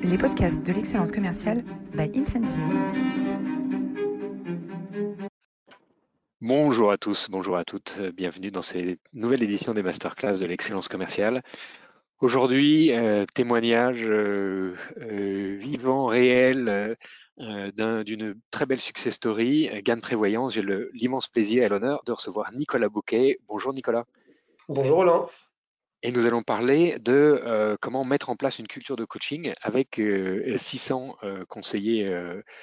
les podcasts de l'excellence commerciale by Incentive. Bonjour à tous, bonjour à toutes, bienvenue dans cette nouvelle édition des Masterclass de l'excellence commerciale. Aujourd'hui, témoignage vivant, réel d'une très belle success story, Gann Prévoyance. J'ai l'immense plaisir et l'honneur de recevoir Nicolas Bouquet. Bonjour Nicolas. Bonjour Roland. Et nous allons parler de comment mettre en place une culture de coaching avec 600 conseillers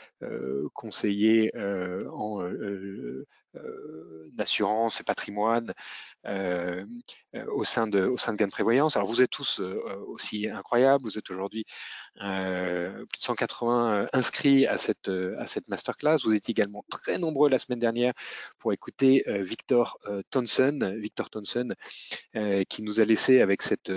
en assurance et patrimoine au sein de Gann Prévoyance. Alors vous êtes tous aussi incroyables, vous êtes aujourd'hui plus de 180 inscrits à cette masterclass. Vous étiez également très nombreux la semaine dernière pour écouter Victor Townsend, qui nous a laissé avec cette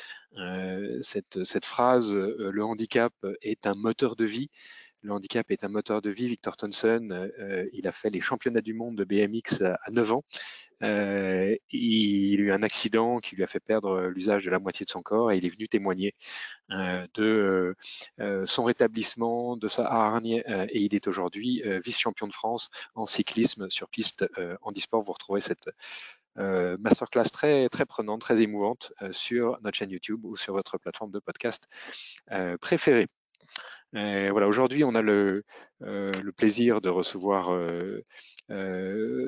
phrase le handicap est un moteur de vie. Le handicap est un moteur de vie. Victor Townsend, il a fait les championnats du monde de BMX à 9 ans. Il a eu un accident qui lui a fait perdre l'usage de la moitié de son corps et il est venu témoigner de son rétablissement, de sa hargne, et il est aujourd'hui vice-champion de France en cyclisme sur piste handisport. Vous retrouvez cette masterclass très, très prenante, très émouvante sur notre chaîne YouTube ou sur votre plateforme de podcast préférée. Voilà, aujourd'hui, on a le plaisir de recevoir de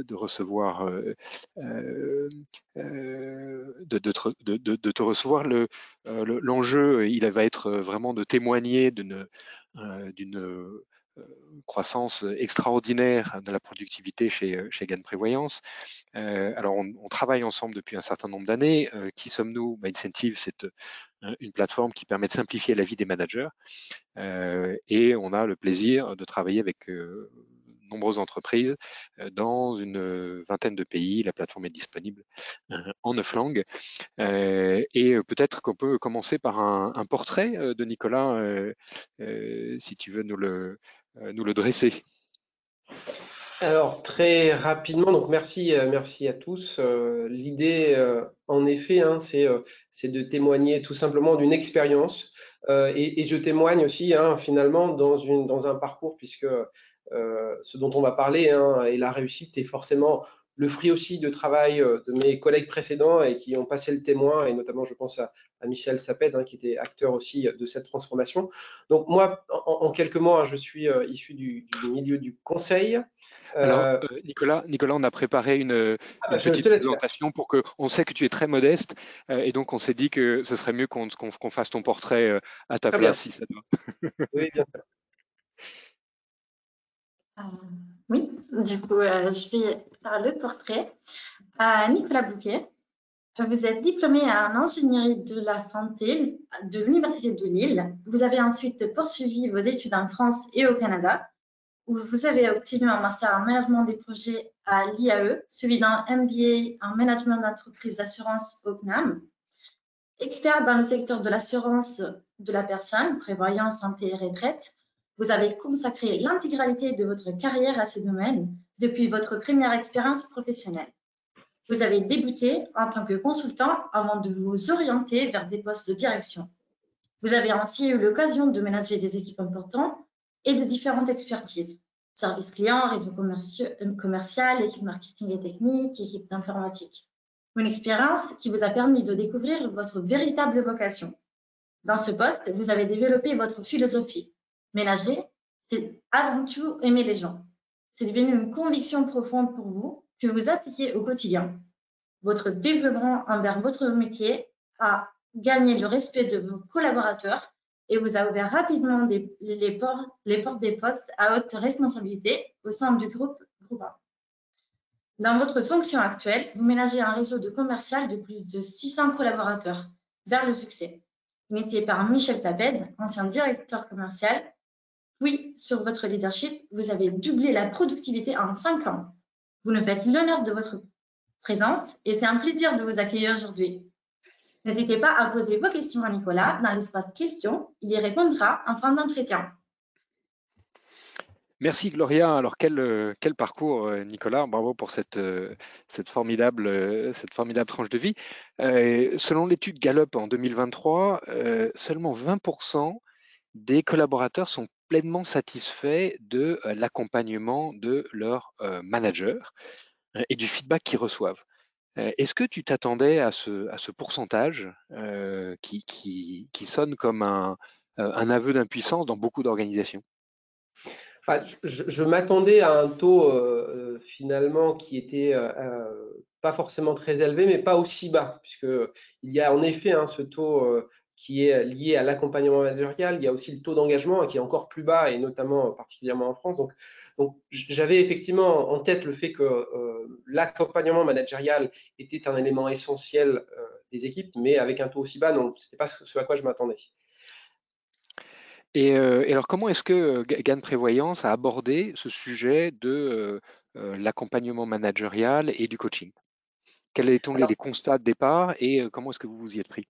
te recevoir. L'enjeu, il va être vraiment de témoigner d'une croissance extraordinaire de la productivité chez Gann Prévoyance. Alors, on travaille ensemble depuis un certain nombre d'années. Qui sommes-nous? Incentive, c'est une plateforme qui permet de simplifier la vie des managers. Et on a le plaisir de travailler avec nombreuses entreprises dans une vingtaine de pays. La plateforme est disponible en 9 langues. Et peut-être qu'on peut commencer par un portrait de Nicolas, si tu veux nous le dresser. Alors très rapidement, donc merci à tous. L'idée, en effet, c'est de témoigner tout simplement d'une expérience. Et je témoigne aussi, finalement, dans un parcours, puisque ce dont on va parler, et la réussite est forcément le fruit aussi de travail de mes collègues précédents et qui ont passé le témoin, et notamment je pense à Michel Saped, qui était acteur aussi de cette transformation. Donc moi, en quelques mots, je suis issu du milieu du conseil. Alors, Nicolas, on a préparé une petite présentation pour que, on sait que tu es très modeste, et donc on s'est dit que ce serait mieux qu'on fasse ton portrait à ta place, si ça doit. Oui, bien sûr. Oui, du coup, je vais faire le portrait. Nicolas Bouquet, vous êtes diplômé en ingénierie de la santé de l'Université de Lille. Vous avez ensuite poursuivi vos études en France et au Canada, où vous avez obtenu un master en management des projets à l'IAE, suivi d'un MBA en management d'entreprise d'assurance au CNAM. Expert dans le secteur de l'assurance de la personne, prévoyance, santé et retraite, vous avez consacré l'intégralité de votre carrière à ce domaine depuis votre première expérience professionnelle. Vous avez débuté en tant que consultant avant de vous orienter vers des postes de direction. Vous avez ainsi eu l'occasion de manager des équipes importantes et de différentes expertises. Service client, réseau commercial, équipe marketing et technique, équipe d'informatique. Une expérience qui vous a permis de découvrir votre véritable vocation. Dans ce poste, vous avez développé votre philosophie. Ménager, c'est avant tout aimer les gens. C'est devenu une conviction profonde pour vous que vous appliquez au quotidien. Votre développement envers votre métier a gagné le respect de vos collaborateurs et vous a ouvert rapidement les portes des postes à haute responsabilité au sein du groupe A. Dans votre fonction actuelle, vous ménagez un réseau de commercial de plus de 600 collaborateurs vers le succès. Initié par Michel Saped, ancien directeur commercial, puis sur votre leadership, vous avez doublé la productivité en 5 ans. Vous nous faites l'honneur de votre présence et c'est un plaisir de vous accueillir aujourd'hui. N'hésitez pas à poser vos questions à Nicolas dans l'espace questions. Il y répondra en fin d'entretien. Merci Gloria. Alors quel parcours, Nicolas. Bravo pour cette formidable tranche de vie. Selon l'étude Gallup en 2023, seulement 20% des collaborateurs sont pleinement satisfaits de l'accompagnement de leur manager et du feedback qu'ils reçoivent. Est-ce que tu t'attendais à ce pourcentage qui sonne comme un aveu d'impuissance dans beaucoup d'organisations? Je m'attendais à un taux finalement qui était pas forcément très élevé, mais pas aussi bas, puisque il y a en effet ce taux qui est lié à l'accompagnement managérial. Il y a aussi le taux d'engagement qui est encore plus bas, et notamment particulièrement en France. Donc j'avais effectivement en tête le fait que l'accompagnement managérial était un élément essentiel des équipes, mais avec un taux aussi bas, non, c'était pas ce à quoi je m'attendais. Et alors, comment est-ce que GAN Prévoyance a abordé ce sujet de l'accompagnement managérial et du coaching? Quels étaient les constats de départ et comment est-ce que vous vous y êtes pris?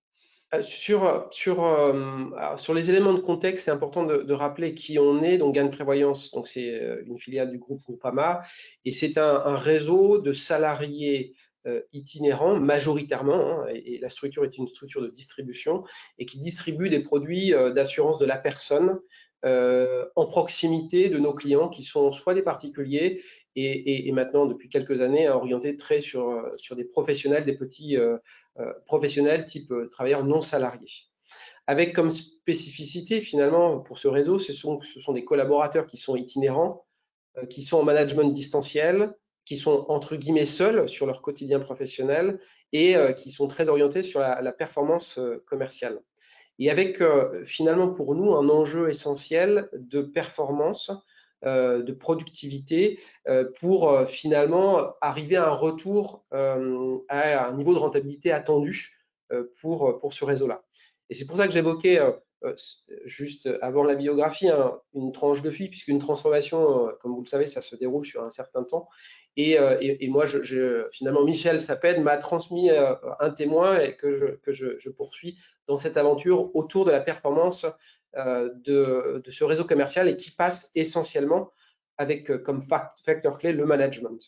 Sur les éléments de contexte, c'est important de rappeler qui on est. Donc, GAN Prévoyance, donc c'est une filiale du groupe Groupama, et c'est un réseau de salariés itinérants majoritairement, et la structure est une structure de distribution et qui distribue des produits d'assurance de la personne en proximité de nos clients qui sont soit des particuliers et maintenant depuis quelques années orientés très sur des professionnels, des petits professionnels type travailleurs non salariés. Avec comme spécificité finalement pour ce réseau, ce sont des collaborateurs qui sont itinérants, qui sont en management distanciel, qui sont entre guillemets seuls sur leur quotidien professionnel et qui sont très orientés sur la performance commerciale. Et avec finalement pour nous un enjeu essentiel de performance, de productivité pour finalement arriver à un retour à un niveau de rentabilité attendu pour ce réseau-là. Et c'est pour ça que j'évoquais juste avant la biographie une tranche de vie, puisqu'une transformation, comme vous le savez, ça se déroule sur un certain temps. Et moi, finalement, Michel Saped m'a transmis un témoin et que je poursuis dans cette aventure autour de la performance de ce réseau commercial et qui passe essentiellement avec comme facteur clé le management.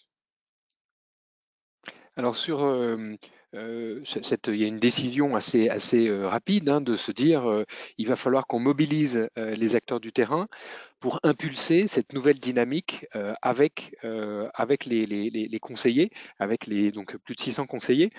Alors il y a une décision assez rapide de se dire il va falloir qu'on mobilise les acteurs du terrain pour impulser cette nouvelle dynamique avec les conseillers, avec donc plus de 600 conseillers.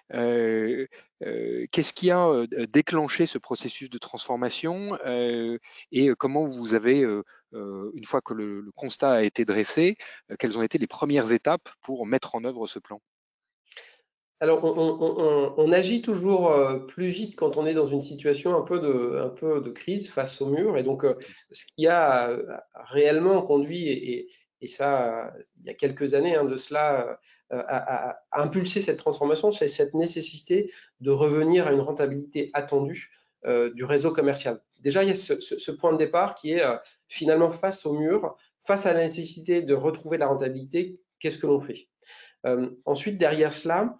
Qu'est-ce qui a déclenché ce processus de transformation et comment vous avez, une fois que le constat a été dressé, quelles ont été les premières étapes pour mettre en œuvre ce plan? Alors, on agit toujours plus vite quand on est dans une situation un peu de crise face au mur. Et donc, ce qui a réellement conduit, et ça, il y a quelques années de cela, à impulser cette transformation, c'est cette nécessité de revenir à une rentabilité attendue du réseau commercial. Déjà, il y a ce point de départ qui est finalement face au mur, face à la nécessité de retrouver la rentabilité, qu'est-ce que l'on fait? Ensuite, derrière cela,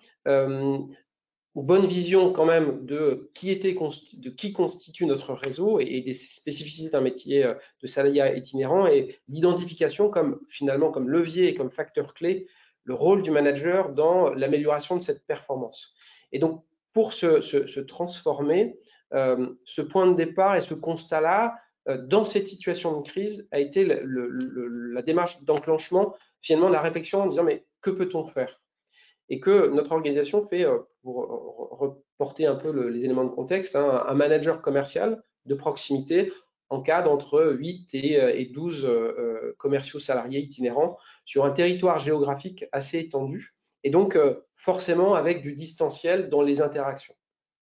bonne vision quand même de qui constitue notre réseau et des spécificités d'un métier de salariat itinérant et l'identification finalement comme levier et comme facteur clé, le rôle du manager dans l'amélioration de cette performance. Et donc, pour se transformer, ce point de départ et ce constat-là, dans cette situation de crise, a été la démarche d'enclenchement, finalement, de la réflexion en disant mais que peut-on faire? Et que notre organisation fait, pour reporter un peu les éléments de contexte, un manager commercial de proximité encadre entre 8 et 12 commerciaux salariés itinérants sur un territoire géographique assez étendu et donc forcément avec du distanciel dans les interactions.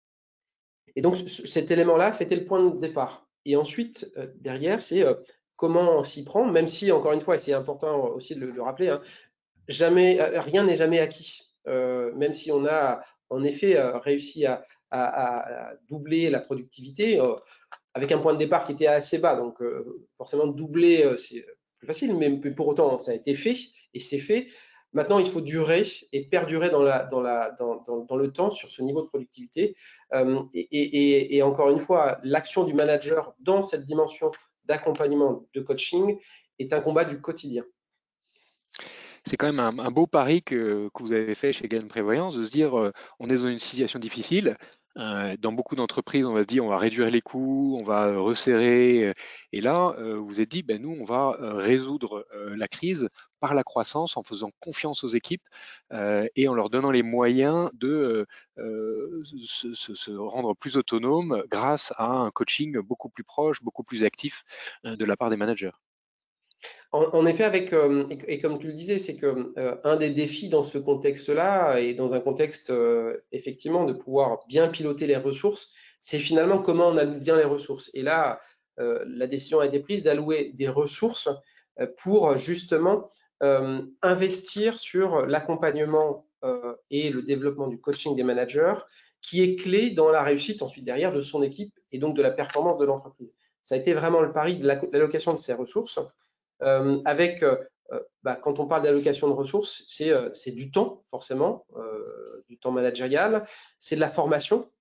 Et donc cet élément-là, c'était le point de départ. Et ensuite, derrière, c'est comment s'y prendre, même si, encore une fois, et c'est important aussi de le rappeler, rien n'est jamais acquis. Même si on a en effet réussi à doubler la productivité avec un point de départ qui était assez bas. Donc forcément doubler, c'est plus facile, mais pour autant ça a été fait et c'est fait. Maintenant, il faut durer et perdurer dans le temps sur ce niveau de productivité. Et encore une fois, l'action du manager dans cette dimension d'accompagnement, de coaching, est un combat du quotidien. C'est quand même un beau pari que vous avez fait chez GAN Prévoyance, de se dire on est dans une situation difficile, Dans beaucoup d'entreprises, on va se dire, on va réduire les coûts, on va resserrer. Et là, vous vous êtes dit, ben, nous, on va résoudre la crise par la croissance, en faisant confiance aux équipes et en leur donnant les moyens de se rendre plus autonomes grâce à un coaching beaucoup plus proche, beaucoup plus actif de la part des managers. En effet, et comme tu le disais, c'est que un des défis dans ce contexte-là, et dans un contexte effectivement de pouvoir bien piloter les ressources, c'est finalement comment on alloue bien les ressources. Et là, la décision a été prise d'allouer des ressources pour justement investir sur l'accompagnement et le développement du coaching des managers, qui est clé dans la réussite ensuite derrière de son équipe et donc de la performance de l'entreprise. Ça a été vraiment le pari de l'allocation de ces ressources. Quand on parle d'allocation de ressources, c'est du temps, forcément, du temps managérial, c'est de la formation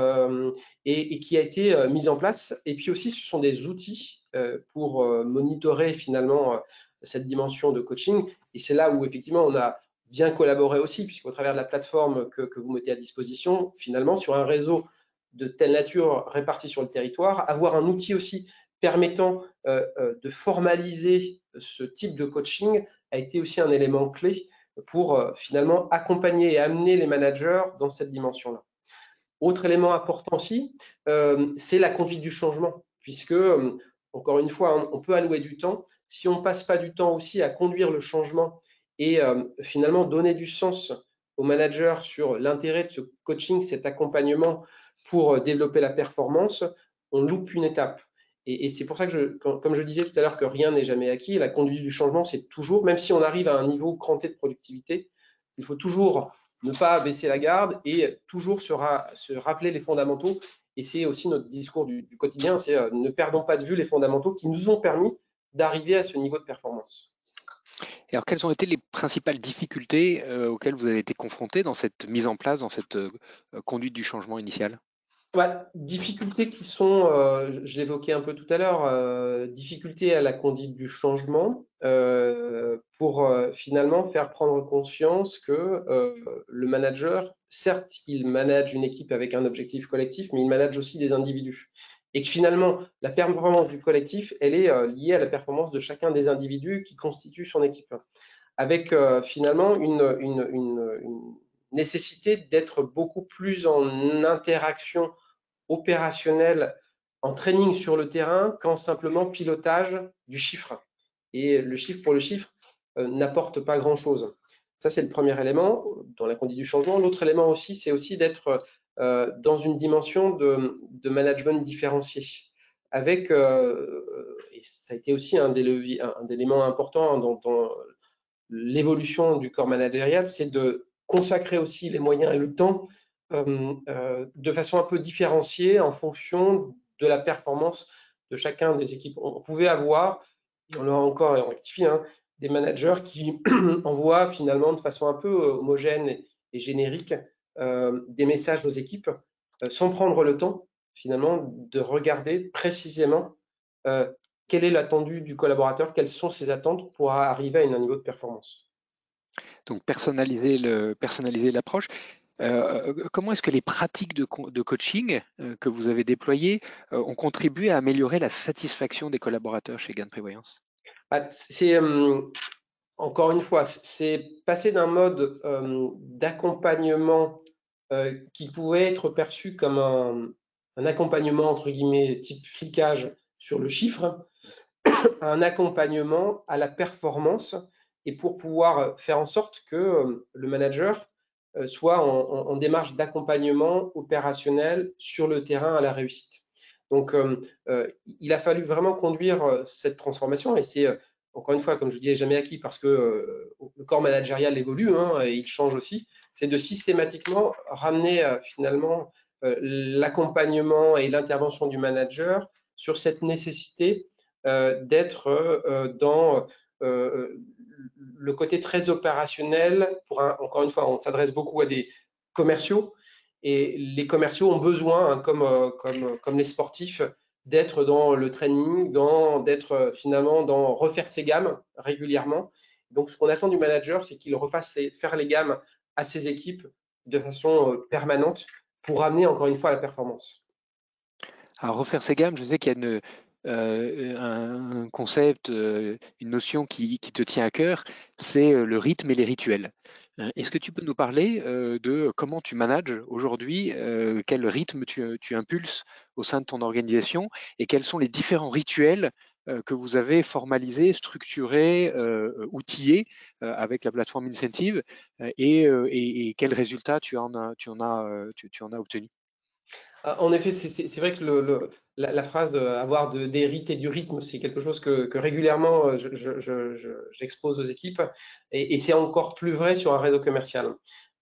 et qui a été mise en place. Et puis aussi, ce sont des outils pour monitorer finalement cette dimension de coaching. Et c'est là où effectivement on a bien collaboré aussi, puisqu'au travers de la plateforme que vous mettez à disposition, finalement, sur un réseau de telle nature réparti sur le territoire, avoir un outil aussi permettant de formaliser ce type de coaching a été aussi un élément clé pour finalement accompagner et amener les managers dans cette dimension-là. Autre élément important aussi, c'est la conduite du changement, puisque, encore une fois, on peut allouer du temps. Si on ne passe pas du temps aussi à conduire le changement et finalement donner du sens aux managers sur l'intérêt de ce coaching, cet accompagnement pour développer la performance, on loupe une étape. Et c'est pour ça que, comme je disais tout à l'heure, que rien n'est jamais acquis. La conduite du changement, c'est toujours, même si on arrive à un niveau cranté de productivité, il faut toujours ne pas baisser la garde et toujours se rappeler les fondamentaux. Et c'est aussi notre discours du quotidien, c'est ne perdons pas de vue les fondamentaux qui nous ont permis d'arriver à ce niveau de performance. Et alors, quelles ont été les principales difficultés auxquelles vous avez été confrontés dans cette mise en place, dans cette conduite du changement initial? Difficultés qui sont, je l'évoquais un peu tout à l'heure, difficultés à la conduite du changement pour finalement faire prendre conscience que le manager, certes, il manage une équipe avec un objectif collectif, mais il manage aussi des individus. Et que finalement, la performance du collectif, elle est liée à la performance de chacun des individus qui constituent son équipe. Avec finalement une nécessité d'être beaucoup plus en interaction opérationnel en training sur le terrain qu'en simplement pilotage du chiffre. Et le chiffre pour le chiffre n'apporte pas grand-chose. Ça, c'est le premier élément dans la conduite du changement. L'autre élément aussi, c'est aussi d'être dans une dimension de management différencié. Avec, et ça a été aussi un élément important dans l'évolution du corps managérial, c'est de consacrer aussi les moyens et le temps de façon un peu différenciée en fonction de la performance de chacun des équipes. On pouvait avoir, et on l'a encore rectifié, des managers qui envoient finalement de façon un peu homogène et générique des messages aux équipes sans prendre le temps finalement de regarder précisément quel est l'attendu du collaborateur, quelles sont ses attentes pour arriver à un niveau de performance. Donc, personnaliser l'approche. Comment est-ce que les pratiques de coaching que vous avez déployées ont contribué à améliorer la satisfaction des collaborateurs chez Gain Prévoyance? C'est encore une fois, c'est passer d'un mode d'accompagnement qui pouvait être perçu comme un accompagnement entre guillemets type flicage sur le chiffre, à un accompagnement à la performance et pour pouvoir faire en sorte que le manager soit en démarche d'accompagnement opérationnel sur le terrain à la réussite. Donc, il a fallu vraiment conduire cette transformation et c'est, encore une fois, comme je disais, jamais acquis parce que le corps managérial évolue et il change aussi. C'est de systématiquement ramener finalement l'accompagnement et l'intervention du manager sur cette nécessité d'être dans le côté très opérationnel. Encore une fois, on s'adresse beaucoup à des commerciaux et les commerciaux ont besoin, comme les sportifs, d'être dans le training, d'être finalement dans refaire ses gammes régulièrement. Donc, ce qu'on attend du manager, c'est qu'il refasse faire les gammes à ses équipes de façon permanente pour amener encore une fois à la performance. À refaire ses gammes, je sais qu'il y a un concept, une notion qui te tient à cœur, c'est le rythme et les rituels. Est-ce que tu peux nous parler de comment tu manages aujourd'hui, quel rythme tu impulses au sein de ton organisation et quels sont les différents rituels que vous avez formalisés, structurés, outillés avec la plateforme Incentive et quels résultats tu en as obtenus? En effet, c'est vrai que la phrase avoir des rites et du rythme, c'est quelque chose que régulièrement j'expose aux équipes et c'est encore plus vrai sur un réseau commercial.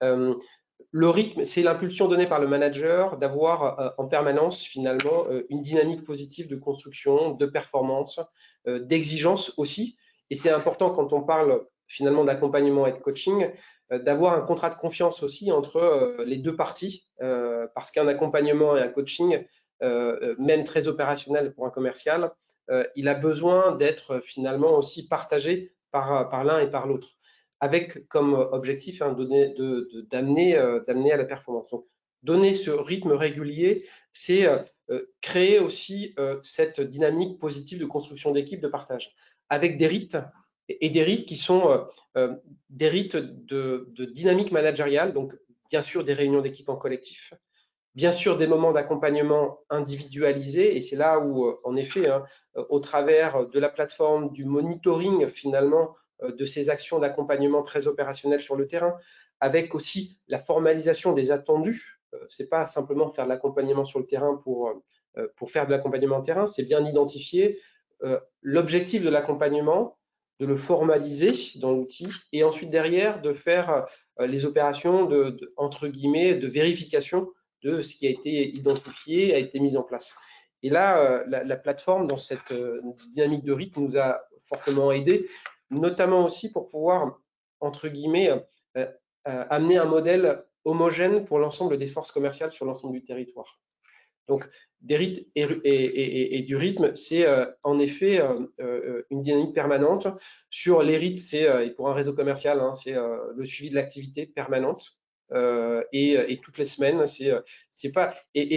Le rythme, c'est l'impulsion donnée par le manager d'avoir en permanence finalement une dynamique positive de construction, de performance, d'exigence aussi. Et c'est important quand on parle finalement d'accompagnement et de coaching, d'avoir un contrat de confiance aussi entre les deux parties, parce qu'un accompagnement et un coaching, même très opérationnel pour un commercial, il a besoin d'être finalement aussi partagé par l'un et par l'autre, avec comme objectif d'amener à la performance. Donc, donner ce rythme régulier, c'est créer aussi cette dynamique positive de construction d'équipe, de partage, avec des rites et des rites qui sont des rites de dynamique managériale, donc bien sûr des réunions d'équipe en collectif, bien sûr des moments d'accompagnement individualisés, et c'est là où, en effet, au travers de la plateforme, du monitoring finalement de ces actions d'accompagnement très opérationnelles sur le terrain, avec aussi la formalisation des attendus. C'est pas simplement faire de l'accompagnement sur le terrain pour faire de l'accompagnement terrain, c'est bien identifier l'objectif de l'accompagnement, de le formaliser dans l'outil et ensuite derrière de faire les opérations entre guillemets de vérification de ce qui a été identifié, a été mis en place. Et là, la plateforme dans cette dynamique de rythme nous a fortement aidé, notamment aussi pour pouvoir entre guillemets amener un modèle homogène pour l'ensemble des forces commerciales sur l'ensemble du territoire. Donc, des rites et du rythme, c'est en effet une dynamique permanente. Sur les rites, c'est, et pour un réseau commercial, c'est le suivi de l'activité permanente et toutes les semaines. C'est pas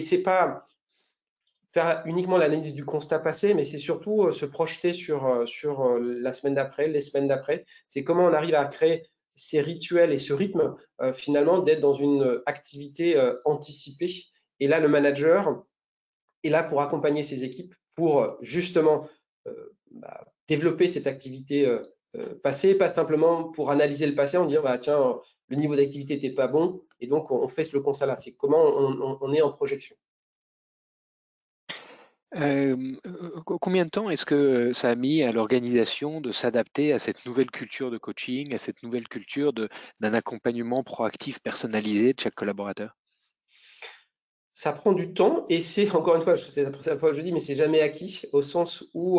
faire uniquement l'analyse du constat passé, mais c'est surtout se projeter sur la semaine d'après, les semaines d'après. C'est comment on arrive à créer ces rituels et ce rythme, finalement, d'être dans une activité anticipée. Et là, le manager est là pour accompagner ses équipes, pour justement développer cette activité passée, pas simplement pour analyser le passé en disant bah, tiens, le niveau d'activité n'était pas bon, et donc on fait ce constat là. C'est comment on est en projection. Combien de temps est-ce que ça a mis à l'organisation de s'adapter à cette nouvelle culture de coaching, à cette nouvelle culture d'un accompagnement proactif personnalisé de chaque collaborateur? Ça prend du temps et c'est, encore une fois, c'est la troisième fois que je dis, mais c'est jamais acquis, au sens où,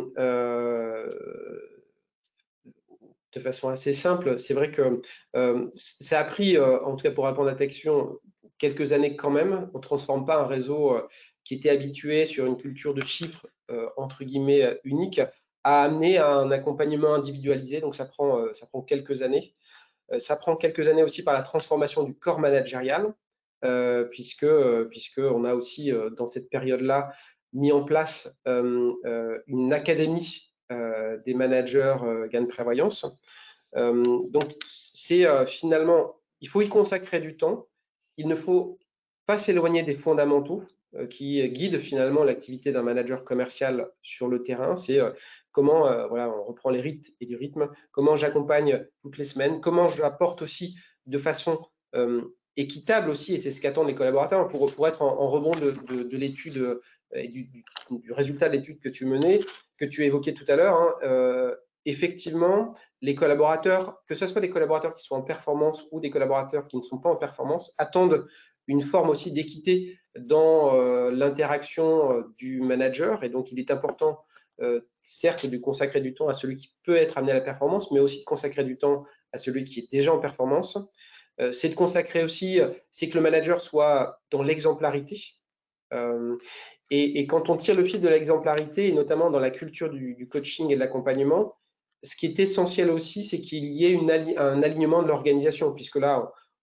de façon assez simple, c'est vrai que ça a pris, en tout cas pour répondre à ta question, quelques années quand même. On ne transforme pas un réseau qui était habitué sur une culture de chiffres, entre guillemets, unique, à amener à un accompagnement individualisé. Donc ça prend quelques années. Ça prend quelques années aussi par la transformation du corps managérial, puisque on a aussi dans cette période-là mis en place une académie des managers gain de prévoyance. Donc c'est finalement, il faut y consacrer du temps. Il ne faut pas s'éloigner des fondamentaux qui guident finalement l'activité d'un manager commercial sur le terrain. C'est comment, voilà, on reprend les rites et du rythme, comment j'accompagne toutes les semaines, comment j'apporte aussi de façon équitable aussi, et c'est ce qu'attendent les collaborateurs, pour être en rebond de l'étude et du résultat de l'étude que tu menais, que tu évoquais tout à l'heure. Effectivement, les collaborateurs, que ce soit des collaborateurs qui sont en performance ou des collaborateurs qui ne sont pas en performance, attendent une forme aussi d'équité dans l'interaction du manager. Et donc, il est important, certes, de consacrer du temps à celui qui peut être amené à la performance, mais aussi de consacrer du temps à celui qui est déjà en performance. C'est de consacrer aussi, c'est que le manager soit dans l'exemplarité. Et quand on tire le fil de l'exemplarité, et notamment dans la culture du coaching et de l'accompagnement, ce qui est essentiel aussi, c'est qu'il y ait un alignement de l'organisation, puisque là,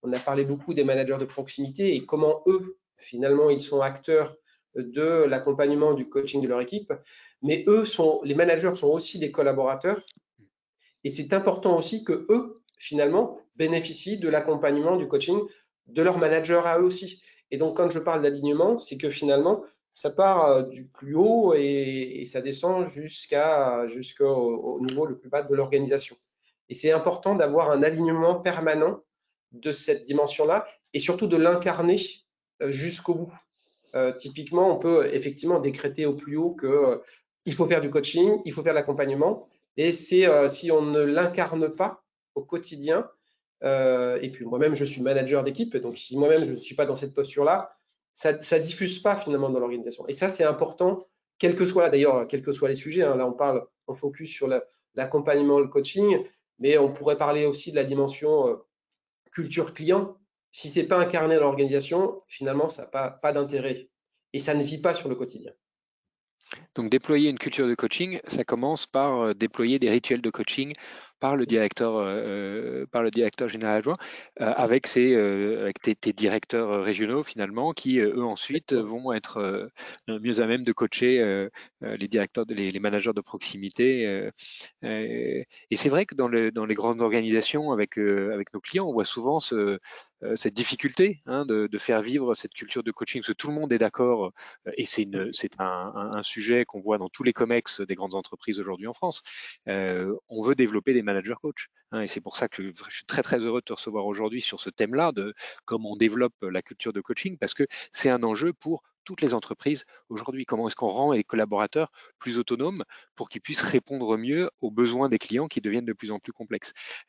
on a parlé beaucoup des managers de proximité et comment eux, finalement, ils sont acteurs de l'accompagnement, du coaching de leur équipe. Mais les managers sont aussi des collaborateurs. Et c'est important aussi que eux, finalement, bénéficient de l'accompagnement, du coaching de leur manager à eux aussi. Et donc, quand je parle d'alignement, c'est que finalement, ça part du plus haut et ça descend jusqu'au niveau le plus bas de l'organisation. Et c'est important d'avoir un alignement permanent de cette dimension-là et surtout de l'incarner jusqu'au bout. Typiquement, on peut effectivement décréter au plus haut qu'il faut faire du coaching, il faut faire de l'accompagnement. Et c'est si on ne l'incarne pas au quotidien, et puis moi-même je suis manager d'équipe, donc si moi-même je ne suis pas dans cette posture-là, ça ne diffuse pas finalement dans l'organisation. Et ça c'est important, quel que soit d'ailleurs, quels que soient les sujets. Là on focus sur l'accompagnement, le coaching, mais on pourrait parler aussi de la dimension culture client. Si c'est pas incarné dans l'organisation, finalement ça n'a pas d'intérêt et ça ne vit pas sur le quotidien. Donc déployer une culture de coaching, ça commence par déployer des rituels de coaching par le directeur général adjoint, avec tes directeurs régionaux finalement, qui eux ensuite vont être mieux à même de coacher les managers de proximité. Et c'est vrai que dans les grandes organisations avec nos clients, on voit souvent cette difficulté de faire vivre cette culture de coaching, parce que tout le monde est d'accord, et c'est un sujet qu'on voit dans tous les COMEX des grandes entreprises aujourd'hui en France. On veut développer des managers coach, et c'est pour ça que je suis très très heureux de te recevoir aujourd'hui sur ce thème-là de comment on développe la culture de coaching, parce que c'est un enjeu pour toutes les entreprises aujourd'hui. Comment est-ce qu'on rend les collaborateurs plus autonomes pour qu'ils puissent répondre mieux aux besoins des clients qui deviennent de plus en plus complexes.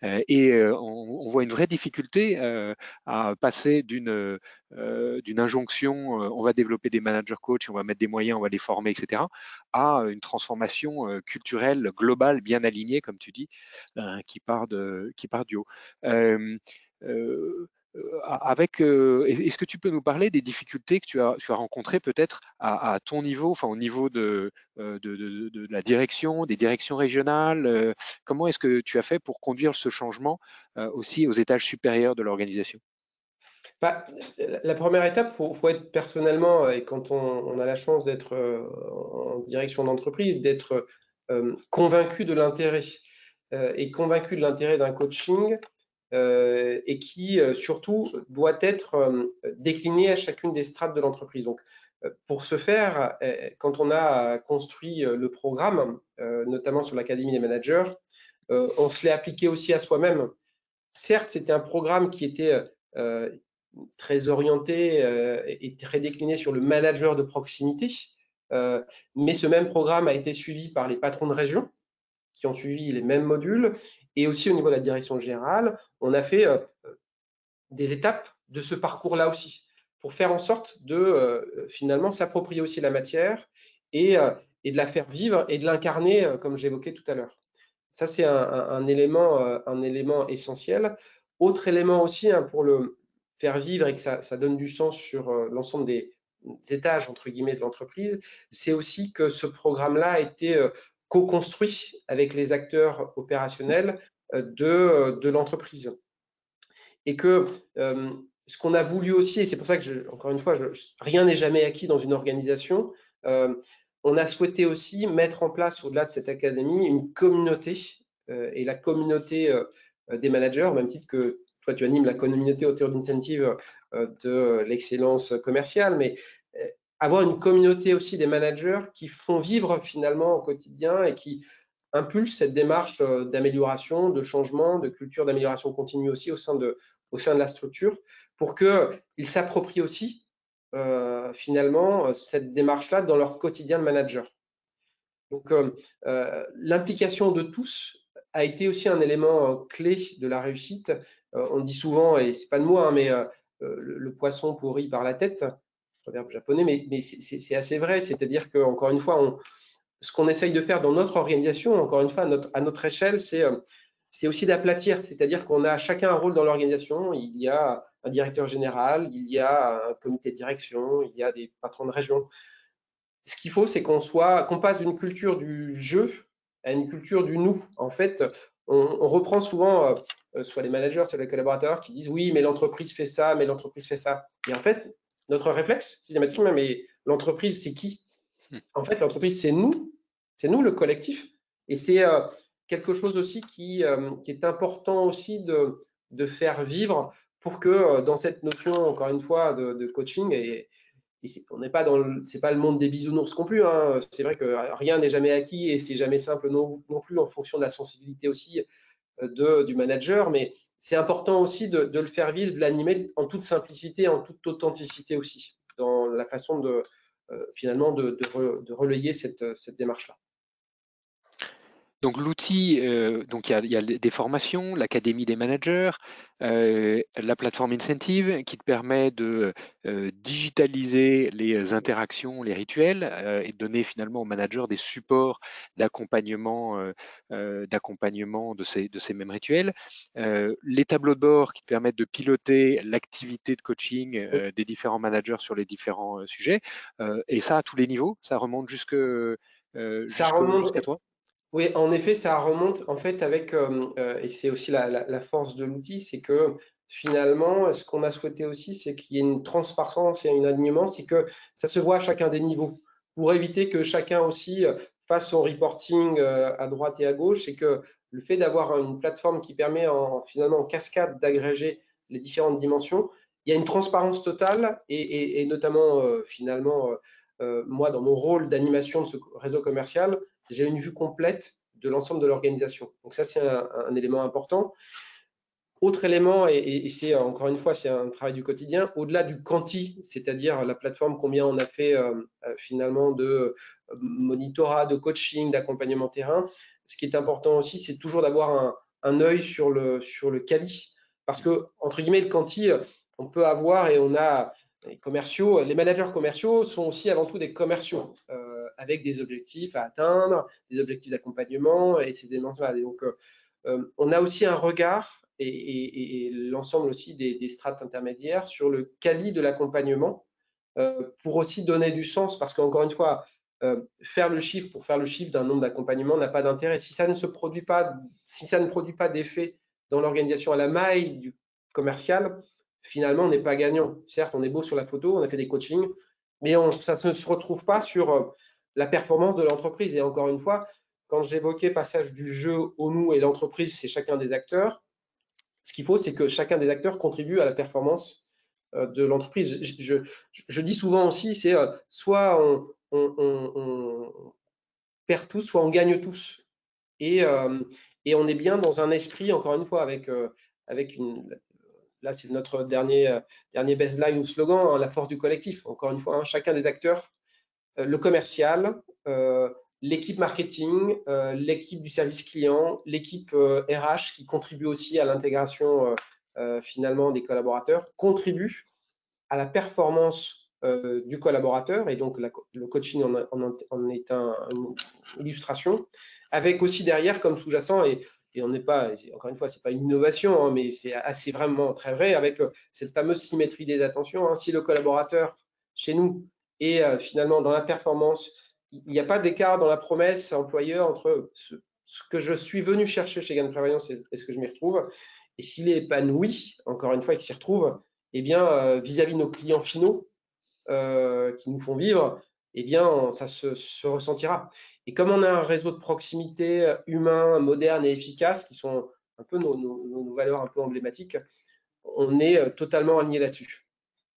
On voit une vraie difficulté à passer d'une injonction, on va développer des managers coach, on va mettre des moyens, on va les former, etc., à une transformation culturelle globale, bien alignée, comme tu dis, qui part du haut. Est-ce que tu peux nous parler des difficultés que tu as rencontrées peut-être à ton niveau, enfin au niveau de la direction, des directions régionales? Comment est-ce que tu as fait pour conduire ce changement aussi aux étages supérieurs de l'organisation? La première étape, faut être personnellement, et quand on a la chance d'être en direction d'entreprise, d'être convaincu de l'intérêt et convaincu de l'intérêt d'un coaching et qui surtout doit être décliné à chacune des strates de l'entreprise. Donc, pour ce faire, quand on a construit le programme, notamment sur l'Académie des managers, on se l'est appliqué aussi à soi-même. Certes, c'était un programme qui était très orienté et très décliné sur le manager de proximité, mais ce même programme a été suivi par les patrons de région qui ont suivi les mêmes modules, et aussi au niveau de la direction générale, on a fait des étapes de ce parcours-là aussi, pour faire en sorte de finalement s'approprier aussi la matière et de la faire vivre et de l'incarner, comme j'évoquais tout à l'heure. Ça, c'est un élément essentiel. Autre élément aussi, pour le faire vivre et que ça donne du sens sur l'ensemble des étages, entre guillemets, de l'entreprise, c'est aussi que ce programme-là a été co-construit avec les acteurs opérationnels de l'entreprise. Et que ce qu'on a voulu aussi, et c'est pour ça que, encore une fois, rien n'est jamais acquis dans une organisation, on a souhaité aussi mettre en place, au-delà de cette académie, une communauté, et la communauté des managers, au même titre que toi, tu animes la communauté autour d'Incentive de l'excellence commerciale, mais avoir une communauté aussi des managers qui font vivre finalement au quotidien et qui impulsent cette démarche d'amélioration, de changement, de culture d'amélioration continue aussi au sein de la structure, pour qu'ils s'approprient aussi finalement cette démarche-là dans leur quotidien de manager. Donc l'implication de tous a été aussi un élément clé de la réussite. On dit souvent, et c'est pas de moi, mais le poisson pourrit par la tête, proverbe japonais, mais c'est assez vrai. C'est-à-dire que, encore une fois, ce qu'on essaye de faire dans notre organisation, encore une fois, à notre échelle, c'est aussi d'aplatir. C'est-à-dire qu'on a chacun un rôle dans l'organisation. Il y a un directeur général, il y a un comité de direction, il y a des patrons de région. Ce qu'il faut, c'est qu'on passe d'une culture du jeu à une culture du nous. En fait, on reprend souvent, soit les managers, soit les collaborateurs qui disent oui, mais l'entreprise fait ça, mais l'entreprise fait ça. Et en fait, notre réflexe systématiquement, mais l'entreprise, c'est qui? En fait, l'entreprise, c'est nous le collectif. Et c'est quelque chose aussi qui est important aussi de faire vivre pour que dans cette notion, encore une fois, de coaching, et on n'est pas c'est pas le monde des bisounours non plus, hein. C'est vrai que rien n'est jamais acquis et c'est jamais simple non plus en fonction de la sensibilité aussi du manager, mais c'est important aussi de le faire vivre, de l'animer en toute simplicité, en toute authenticité aussi, dans la façon finalement de relayer cette démarche-là. Donc l'outil, donc il y a des formations, l'académie des managers, la plateforme Incentive qui te permet de digitaliser les interactions, les rituels et de donner finalement aux managers des supports d'accompagnement de ces mêmes rituels. Les tableaux de bord qui te permettent de piloter l'activité de coaching des différents managers sur les différents sujets. Et ça à tous les niveaux, ça remonte jusqu'à toi. Oui, en effet, ça remonte en fait avec, et c'est aussi la force de l'outil, c'est que finalement, ce qu'on a souhaité aussi, c'est qu'il y ait une transparence et un alignement, c'est que ça se voit à chacun des niveaux, pour éviter que chacun aussi fasse son reporting à droite et à gauche, et que le fait d'avoir une plateforme qui permet finalement en cascade d'agréger les différentes dimensions, il y a une transparence totale, et notamment finalement, moi, dans mon rôle d'animation de ce réseau commercial, j'ai une vue complète de l'ensemble de l'organisation. Donc ça, c'est un élément important. Autre élément, et c'est encore une fois, c'est un travail du quotidien, au-delà du quanti, c'est-à-dire la plateforme, combien on a fait finalement de monitorat, de coaching, d'accompagnement terrain, ce qui est important aussi, c'est toujours d'avoir un œil sur le quali. Parce que, entre guillemets, le quanti, on peut avoir, et on a les commerciaux, les managers commerciaux sont aussi avant tout des commerciaux, avec des objectifs à atteindre, des objectifs d'accompagnement et ces éléments-là. Donc, on a aussi un regard et l'ensemble aussi des strates intermédiaires sur le quali de l'accompagnement pour aussi donner du sens, parce qu'encore une fois, faire le chiffre pour faire le chiffre d'un nombre d'accompagnements n'a pas d'intérêt. Si ça ne produit pas d'effet dans l'organisation à la maille du commercial, finalement, on n'est pas gagnant. Certes, on est beau sur la photo, on a fait des coachings, mais ça ne se retrouve pas sur la performance de l'entreprise. Et encore une fois, quand j'évoquais passage du jeu au nous et l'entreprise, c'est chacun des acteurs. Ce qu'il faut, c'est que chacun des acteurs contribue à la performance de l'entreprise. Je dis souvent aussi, c'est soit on perd tous, soit on gagne tous. Et on est bien dans un esprit, encore une fois, avec là, c'est notre dernier baseline ou slogan, hein, la force du collectif. Encore une fois, hein, chacun des acteurs, le commercial, l'équipe marketing, l'équipe du service client, l'équipe RH qui contribue aussi à l'intégration finalement des collaborateurs, contribue à la performance du collaborateur, et donc le coaching en est une illustration, avec aussi derrière comme sous-jacent, et on n'est pas, encore une fois, c'est pas une innovation, hein, mais c'est vraiment très vrai, avec cette fameuse symétrie des attentions. Hein. Si le collaborateur chez nous est finalement dans la performance, il n'y a pas d'écart dans la promesse employeur entre ce que je suis venu chercher chez Gain Prévoyance et ce que je m'y retrouve. Et s'il est épanoui, encore une fois, et qu'il s'y retrouve, eh bien, vis-à-vis de nos clients finaux qui nous font vivre, eh bien, ça se ressentira. Et comme on a un réseau de proximité humain, moderne et efficace, qui sont un peu nos valeurs un peu emblématiques, on est totalement aligné là-dessus.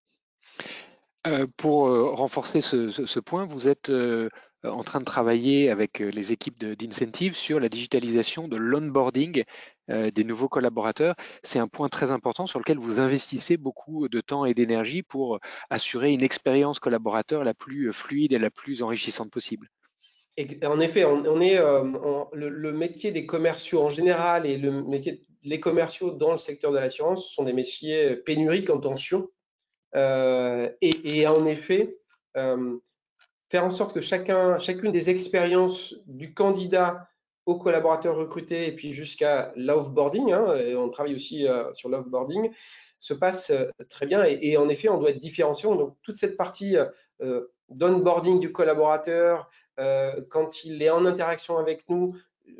Pour renforcer ce point, vous êtes en train de travailler avec les équipes d'Incentive sur la digitalisation de l'onboarding des nouveaux collaborateurs. C'est un point très important sur lequel vous investissez beaucoup de temps et d'énergie pour assurer une expérience collaborateur la plus fluide et la plus enrichissante possible. Et en effet, on est le métier des commerciaux en général et le métier les commerciaux dans le secteur de l'assurance sont des métiers pénuriques en tension. Et en effet, faire en sorte que chacune des expériences du candidat au collaborateur recruté et puis jusqu'à l'offboarding, hein, et on travaille aussi sur l'offboarding, se passe très bien. Et en effet, on doit être différenciant. Donc, toute cette partie d'onboarding du collaborateur, quand il est en interaction avec nous,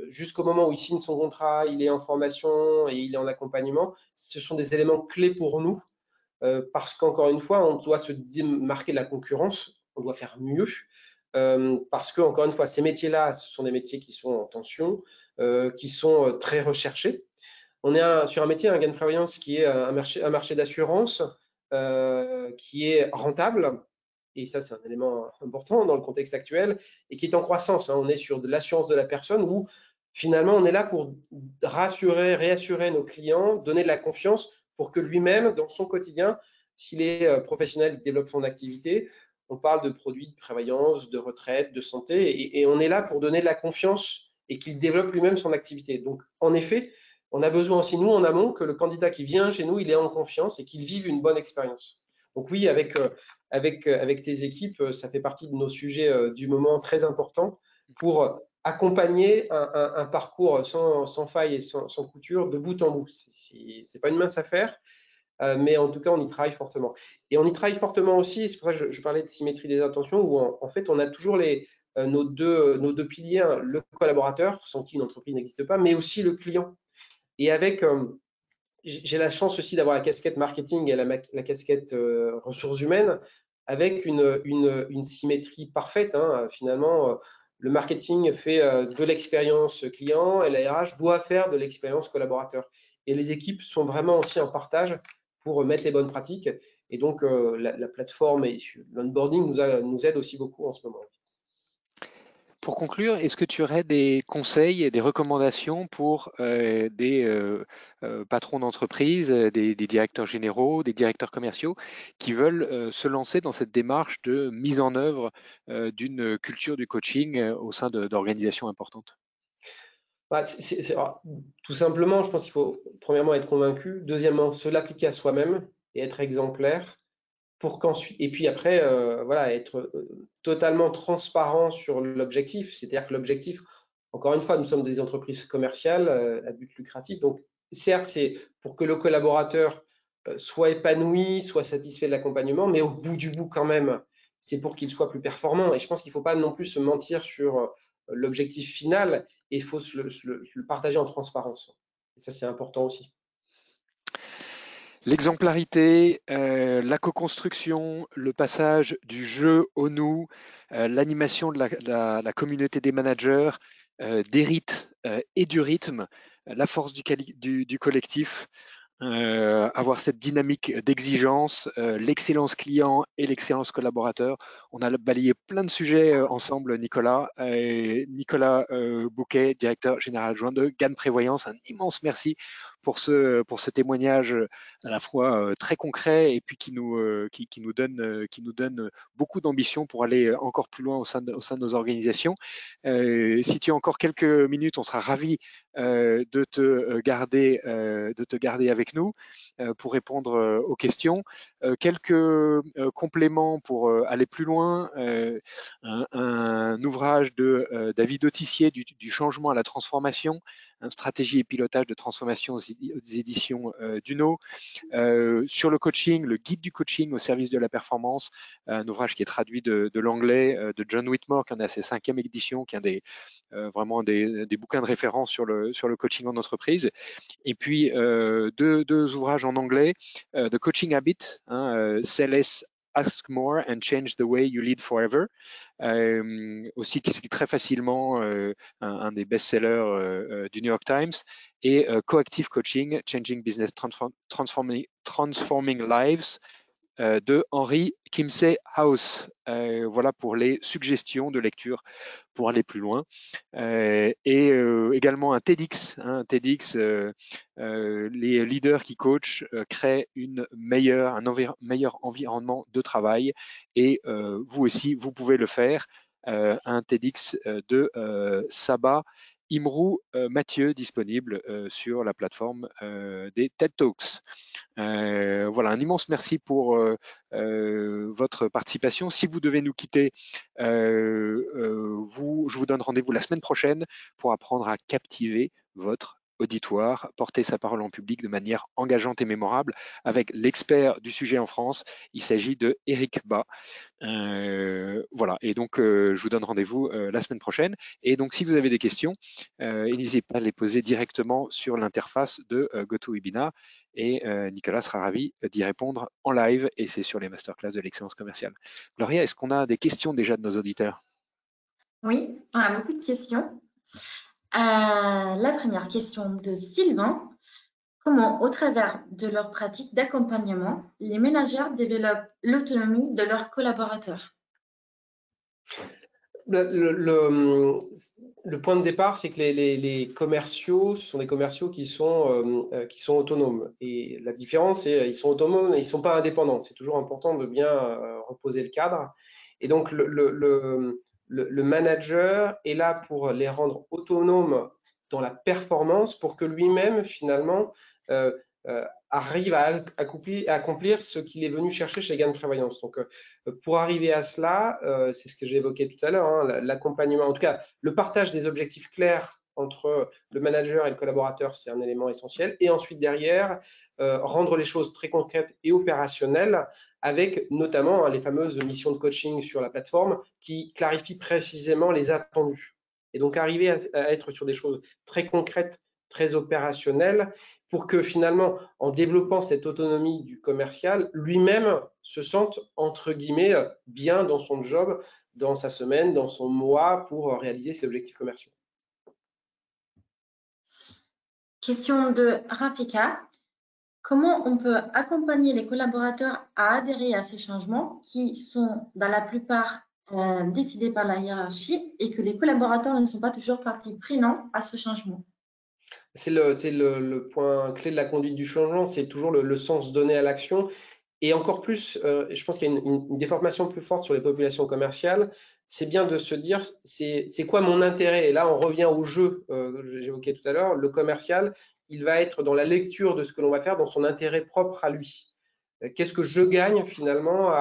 jusqu'au moment où il signe son contrat, il est en formation et il est en accompagnement, ce sont des éléments clés pour nous parce qu'encore une fois, on doit se démarquer de la concurrence, on doit faire mieux. Parce que, encore une fois, ces métiers-là, ce sont des métiers qui sont en tension, qui sont très recherchés. On est sur un métier, un gain de prévoyance qui est un marché d'assurance qui est rentable, et ça c'est un élément important dans le contexte actuel, et qui est en croissance. On est sur de l'assurance de la personne où finalement on est là pour rassurer, réassurer nos clients, donner de la confiance pour que lui-même, dans son quotidien, s'il est professionnel, il développe son activité. On parle de produits de prévoyance, de retraite, de santé, et on est là pour donner de la confiance et qu'il développe lui-même son activité. Donc en effet, on a besoin aussi, nous, en amont, que le candidat qui vient chez nous, il est en confiance et qu'il vive une bonne expérience. Donc oui, avec tes équipes, ça fait partie de nos sujets du moment très importants pour accompagner un parcours sans faille et sans couture de bout en bout. C'est pas une mince affaire, mais en tout cas, on y travaille fortement. Et on y travaille fortement aussi, c'est pour ça que je parlais de symétrie des intentions, où en fait, on a toujours nos deux piliers, hein, le collaborateur, sans qui une entreprise n'existe pas, mais aussi le client. Et avec, j'ai la chance aussi d'avoir la casquette marketing et la casquette ressources humaines, avec une symétrie parfaite. Finalement, le marketing fait de l'expérience client et la RH doit faire de l'expérience collaborateur. Et les équipes sont vraiment aussi en partage pour mettre les bonnes pratiques. Et donc, la plateforme et l'onboarding nous aide aussi beaucoup en ce moment. Pour conclure, est-ce que tu aurais des conseils et des recommandations pour des patrons d'entreprise, des directeurs généraux, des directeurs commerciaux qui veulent se lancer dans cette démarche de mise en œuvre d'une culture du coaching au sein d'organisations importantes? Tout simplement, je pense qu'il faut premièrement être convaincu, deuxièmement se l'appliquer à soi-même et être exemplaire, pour qu'ensuite, et puis après, voilà, être totalement transparent sur l'objectif. C'est-à-dire que l'objectif, encore une fois, nous sommes des entreprises commerciales à but lucratif. Donc, certes, c'est pour que le collaborateur soit épanoui, soit satisfait de l'accompagnement, mais au bout du bout, quand même, c'est pour qu'il soit plus performant. Et je pense qu'il ne faut pas non plus se mentir sur l'objectif final, et il faut le partager en transparence. Et ça, c'est important aussi. L'exemplarité, la co-construction, le passage du jeu au nous, l'animation de la communauté des managers, des rites et du rythme, la force du collectif, avoir cette dynamique d'exigence, l'excellence client et l'excellence collaborateur. On a balayé plein de sujets ensemble, Nicolas. Nicolas Bouquet, directeur général adjoint de GAN Prévoyance, un immense merci pour ce témoignage à la fois très concret et puis qui nous donne beaucoup d'ambition pour aller encore plus loin au sein de nos organisations. Si tu as encore quelques minutes, on sera ravis de te garder avec nous pour répondre aux questions. Quelques compléments pour aller plus loin. Un ouvrage de David Autissier du changement à la transformation, stratégie et pilotage de transformation aux éditions Duno. Sur le coaching, le guide du coaching au service de la performance, un ouvrage qui est traduit de l'anglais de John Whitmore, qui en est à sa 5e édition, qui est vraiment des bouquins de référence sur le coaching en entreprise. Et puis deux ouvrages en anglais, The Coaching Habit, Say Less, Ask More and Change the Way You Lead Forever, aussi qui se lit très facilement, un des best-sellers du New York Times, et Coactive Coaching, Changing Business, Transforming Lives, de Henry Kimsey House. Voilà pour les suggestions de lecture pour aller plus loin. Et également un TEDx. Les leaders qui coachent créent un meilleur environnement de travail, et vous aussi, vous pouvez le faire. Un TEDx de Saba Imrou Mathieu, disponible sur la plateforme des TED Talks. Voilà, un immense merci pour votre participation. Si vous devez nous quitter, je vous donne rendez-vous la semaine prochaine pour apprendre à captiver votre auditoire, porter sa parole en public de manière engageante et mémorable avec l'expert du sujet en France. Il s'agit de Eric Bas. Voilà, et donc je vous donne rendez-vous la semaine prochaine. Et donc si vous avez des questions, n'hésitez pas à les poser directement sur l'interface de GoToWebinar et Nicolas sera ravi d'y répondre en live et c'est sur les masterclass de l'excellence commerciale. Gloria, est-ce qu'on a des questions déjà de nos auditeurs? Oui, on a beaucoup de questions. La première question de Sylvain. Comment, au travers de leur pratique d'accompagnement, les managers développent l'autonomie de leurs collaborateurs? Le point de départ, c'est que les commerciaux, ce sont des commerciaux qui sont autonomes. Et la différence, c'est qu'ils sont autonomes et ils ne sont pas indépendants. C'est toujours important de bien reposer le cadre. Et donc, le manager est là pour les rendre autonomes dans la performance pour que lui-même, finalement, arrive à accomplir ce qu'il est venu chercher chez Gain Prévoyance. Donc, pour arriver à cela, c'est ce que j'ai évoqué tout à l'heure, hein, l'accompagnement, en tout cas, le partage des objectifs clairs entre le manager et le collaborateur, c'est un élément essentiel. Et ensuite, derrière, rendre les choses très concrètes et opérationnelles avec notamment les fameuses missions de coaching sur la plateforme qui clarifient précisément les attendus. Et donc, arriver à être sur des choses très concrètes, très opérationnelles, pour que finalement, en développant cette autonomie du commercial, lui-même se sente, entre guillemets, bien dans son job, dans sa semaine, dans son mois, pour réaliser ses objectifs commerciaux. Question de Rafika. Comment on peut accompagner les collaborateurs à adhérer à ces changements qui sont, dans la plupart, décidés par la hiérarchie et que les collaborateurs ne sont pas toujours partie prenante à ce changement? C'est le point clé de la conduite du changement, c'est toujours le sens donné à l'action. Et encore plus, je pense qu'il y a une déformation plus forte sur les populations commerciales. C'est bien de se dire, c'est quoi mon intérêt? Et là, on revient au jeu que j'évoquais tout à l'heure. Le commercial, il va être dans la lecture de ce que l'on va faire, dans son intérêt propre à lui. Qu'est-ce que je gagne finalement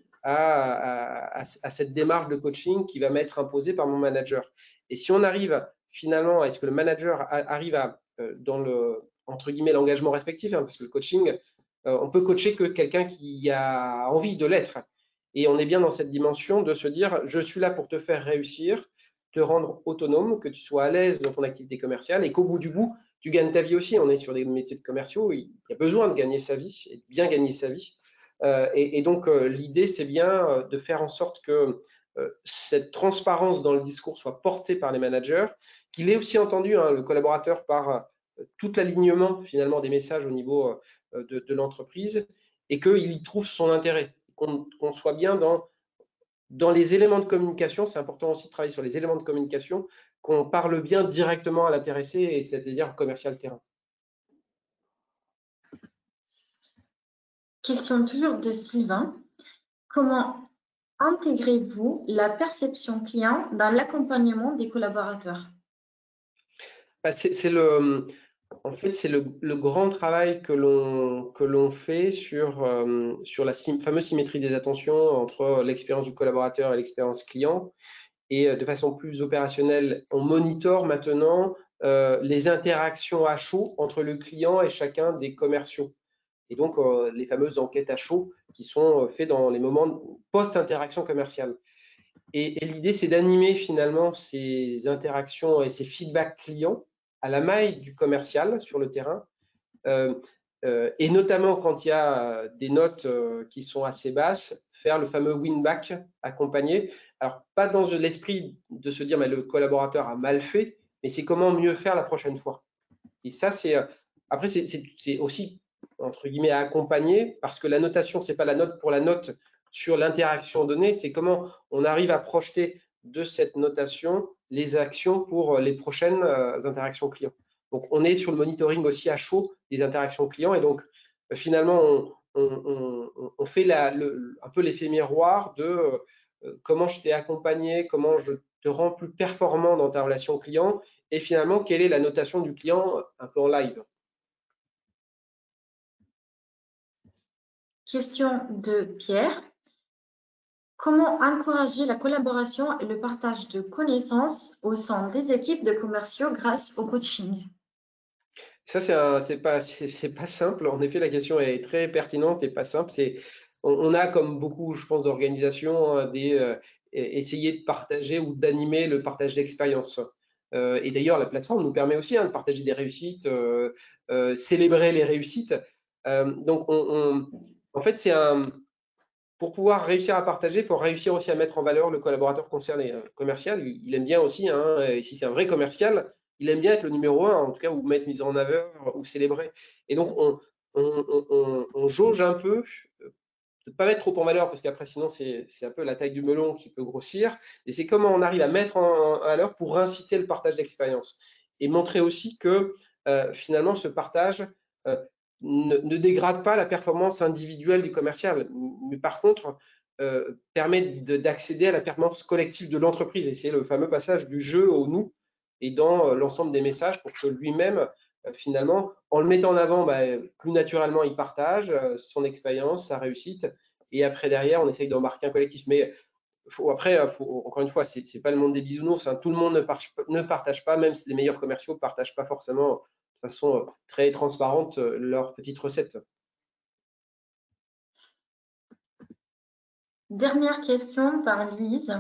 à cette démarche de coaching qui va m'être imposée par mon manager? Et si on arrive finalement, est-ce que le manager arrive à, dans le, entre guillemets, l'engagement respectif, hein, parce que le coaching, on peut coacher que quelqu'un qui a envie de l'être. Et on est bien dans cette dimension de se dire, je suis là pour te faire réussir, te rendre autonome, que tu sois à l'aise dans ton activité commerciale et qu'au bout du bout, tu gagnes ta vie aussi. On est sur des métiers de commerciaux, il y a besoin de gagner sa vie et de bien gagner sa vie. Et donc, l'idée, c'est bien de faire en sorte que cette transparence dans le discours soit portée par les managers, qu'il ait aussi entendu, hein, le collaborateur, par tout l'alignement finalement des messages au niveau de l'entreprise et qu'il y trouve son intérêt, qu'on soit bien dans les éléments de communication. C'est important aussi de travailler sur les éléments de communication, qu'on parle bien directement à l'intéressé, et c'est-à-dire commercial terrain. Question toujours de Sylvain. Comment intégrez-vous la perception client dans l'accompagnement des collaborateurs? En fait, c'est le grand travail que l'on fait sur la fameuse symétrie des attentions entre l'expérience du collaborateur et l'expérience client. Et de façon plus opérationnelle, on monitore maintenant les interactions à chaud entre le client et chacun des commerciaux. Et donc, les fameuses enquêtes à chaud qui sont faites dans les moments post-interaction commerciale. Et l'idée, c'est d'animer finalement ces interactions et ces feedbacks clients à la maille du commercial sur le terrain. Et notamment quand il y a des notes qui sont assez basses, faire le fameux win-back accompagné. Alors, pas dans l'esprit de se dire mais le collaborateur a mal fait, mais c'est comment mieux faire la prochaine fois. Et ça, après, c'est aussi, entre guillemets, à accompagner, parce que la notation, c'est pas la note pour la note sur l'interaction donnée, c'est comment on arrive à projeter de cette notation les actions pour les prochaines interactions clients. Donc, on est sur le monitoring aussi à chaud des interactions clients, et donc finalement, on fait un peu l'effet miroir de comment je t'ai accompagné, comment je te rends plus performant dans ta relation client, et finalement, quelle est la notation du client un peu en live. Question de Pierre. Comment encourager la collaboration et le partage de connaissances au sein des équipes de commerciaux grâce au coaching? Ça, c'est pas simple. En effet, la question est très pertinente et pas simple. On a, comme beaucoup, je pense, d'organisations, essayer de partager ou d'animer le partage d'expérience. Et d'ailleurs, la plateforme nous permet aussi de partager des réussites, célébrer les réussites. Donc, en fait, pour pouvoir réussir à partager, il faut réussir aussi à mettre en valeur le collaborateur concerné. Le commercial, il aime bien aussi, et si c'est un vrai commercial, il aime bien être le numéro 1, en tout cas, ou mettre mise en avant ou célébrer. Et donc, on jauge un peu, de ne pas mettre trop en valeur, parce qu'après, sinon, c'est un peu la taille du melon qui peut grossir. Et c'est comment on arrive à mettre en valeur pour inciter le partage d'expérience. Et montrer aussi que, finalement, ce partage ne dégrade pas la performance individuelle du commercial, mais par contre, permet d'accéder à la performance collective de l'entreprise. Et c'est le fameux passage du jeu au nous et dans l'ensemble des messages pour que lui-même, finalement, en le mettant en avant, plus naturellement, il partage son expérience, sa réussite. Et après, derrière, on essaye d'embarquer un collectif. Mais encore une fois, c'est pas le monde des bisounours. Tout le monde ne partage pas, même les meilleurs commerciaux ne partagent pas forcément de façon très transparente leurs petites recettes. Dernière question par Louise.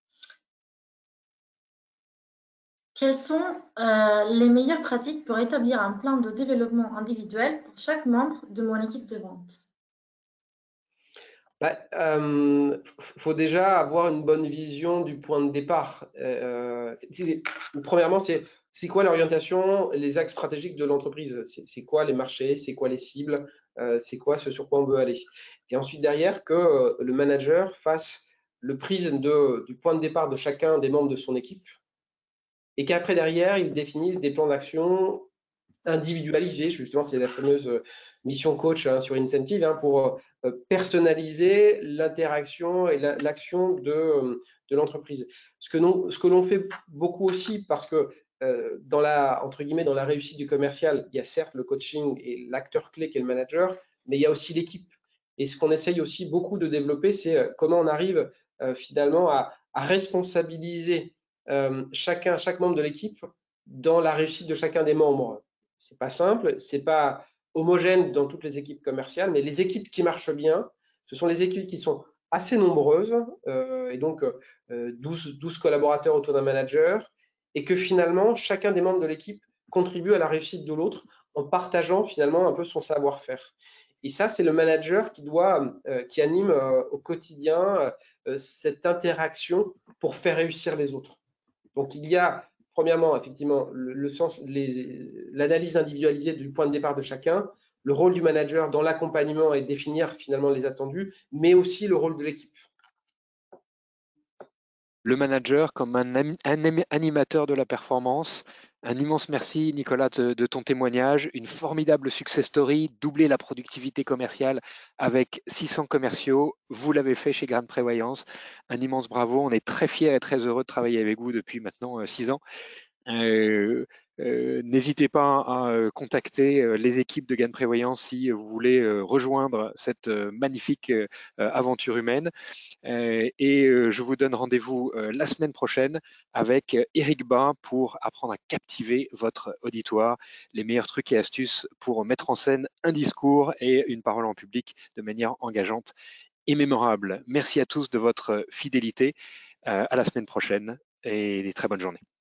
Quelles sont les meilleures pratiques pour établir un plan de développement individuel pour chaque membre de mon équipe de vente? Faut déjà avoir une bonne vision du point de départ. Premièrement, c'est quoi l'orientation, les axes stratégiques de l'entreprise? C'est quoi les marchés? C'est quoi les cibles? C'est quoi ce sur quoi on veut aller? Et ensuite, derrière, que le manager fasse le prisme du point de départ de chacun des membres de son équipe et qu'après, derrière, il définisse des plans d'action individualisé, justement, c'est la fameuse mission coach sur Incentive, pour personnaliser l'interaction et l'action de l'entreprise. Ce que l'on fait beaucoup aussi, parce que entre guillemets, dans la réussite du commercial, il y a certes le coaching et l'acteur clé qui est le manager, mais il y a aussi l'équipe. Et ce qu'on essaye aussi beaucoup de développer, c'est comment on arrive finalement à responsabiliser chaque membre de l'équipe dans la réussite de chacun des membres. C'est pas simple, c'est pas homogène dans toutes les équipes commerciales, mais les équipes qui marchent bien, ce sont les équipes qui sont assez nombreuses, et donc 12 collaborateurs autour d'un manager, et que finalement, chacun des membres de l'équipe contribue à la réussite de l'autre en partageant finalement un peu son savoir-faire. Et ça, c'est le manager qui anime au quotidien cette interaction pour faire réussir les autres. Donc, il y a premièrement, effectivement, l'analyse individualisée du point de départ de chacun, le rôle du manager dans l'accompagnement et définir finalement les attendus, mais aussi le rôle de l'équipe. Le manager comme un animateur de la performance. Un immense merci, Nicolas, de ton témoignage. Une formidable success story, doubler la productivité commerciale avec 600 commerciaux. Vous l'avez fait chez Graham Prévoyance. Un immense bravo. On est très fiers et très heureux de travailler avec vous depuis maintenant 6 ans. N'hésitez pas à contacter les équipes de Graham Prévoyance si vous voulez rejoindre cette magnifique aventure humaine. Et je vous donne rendez-vous la semaine prochaine avec Eric Bain pour apprendre à captiver votre auditoire, les meilleurs trucs et astuces pour mettre en scène un discours et une parole en public de manière engageante et mémorable. Merci à tous de votre fidélité. À la semaine prochaine et très bonne journée.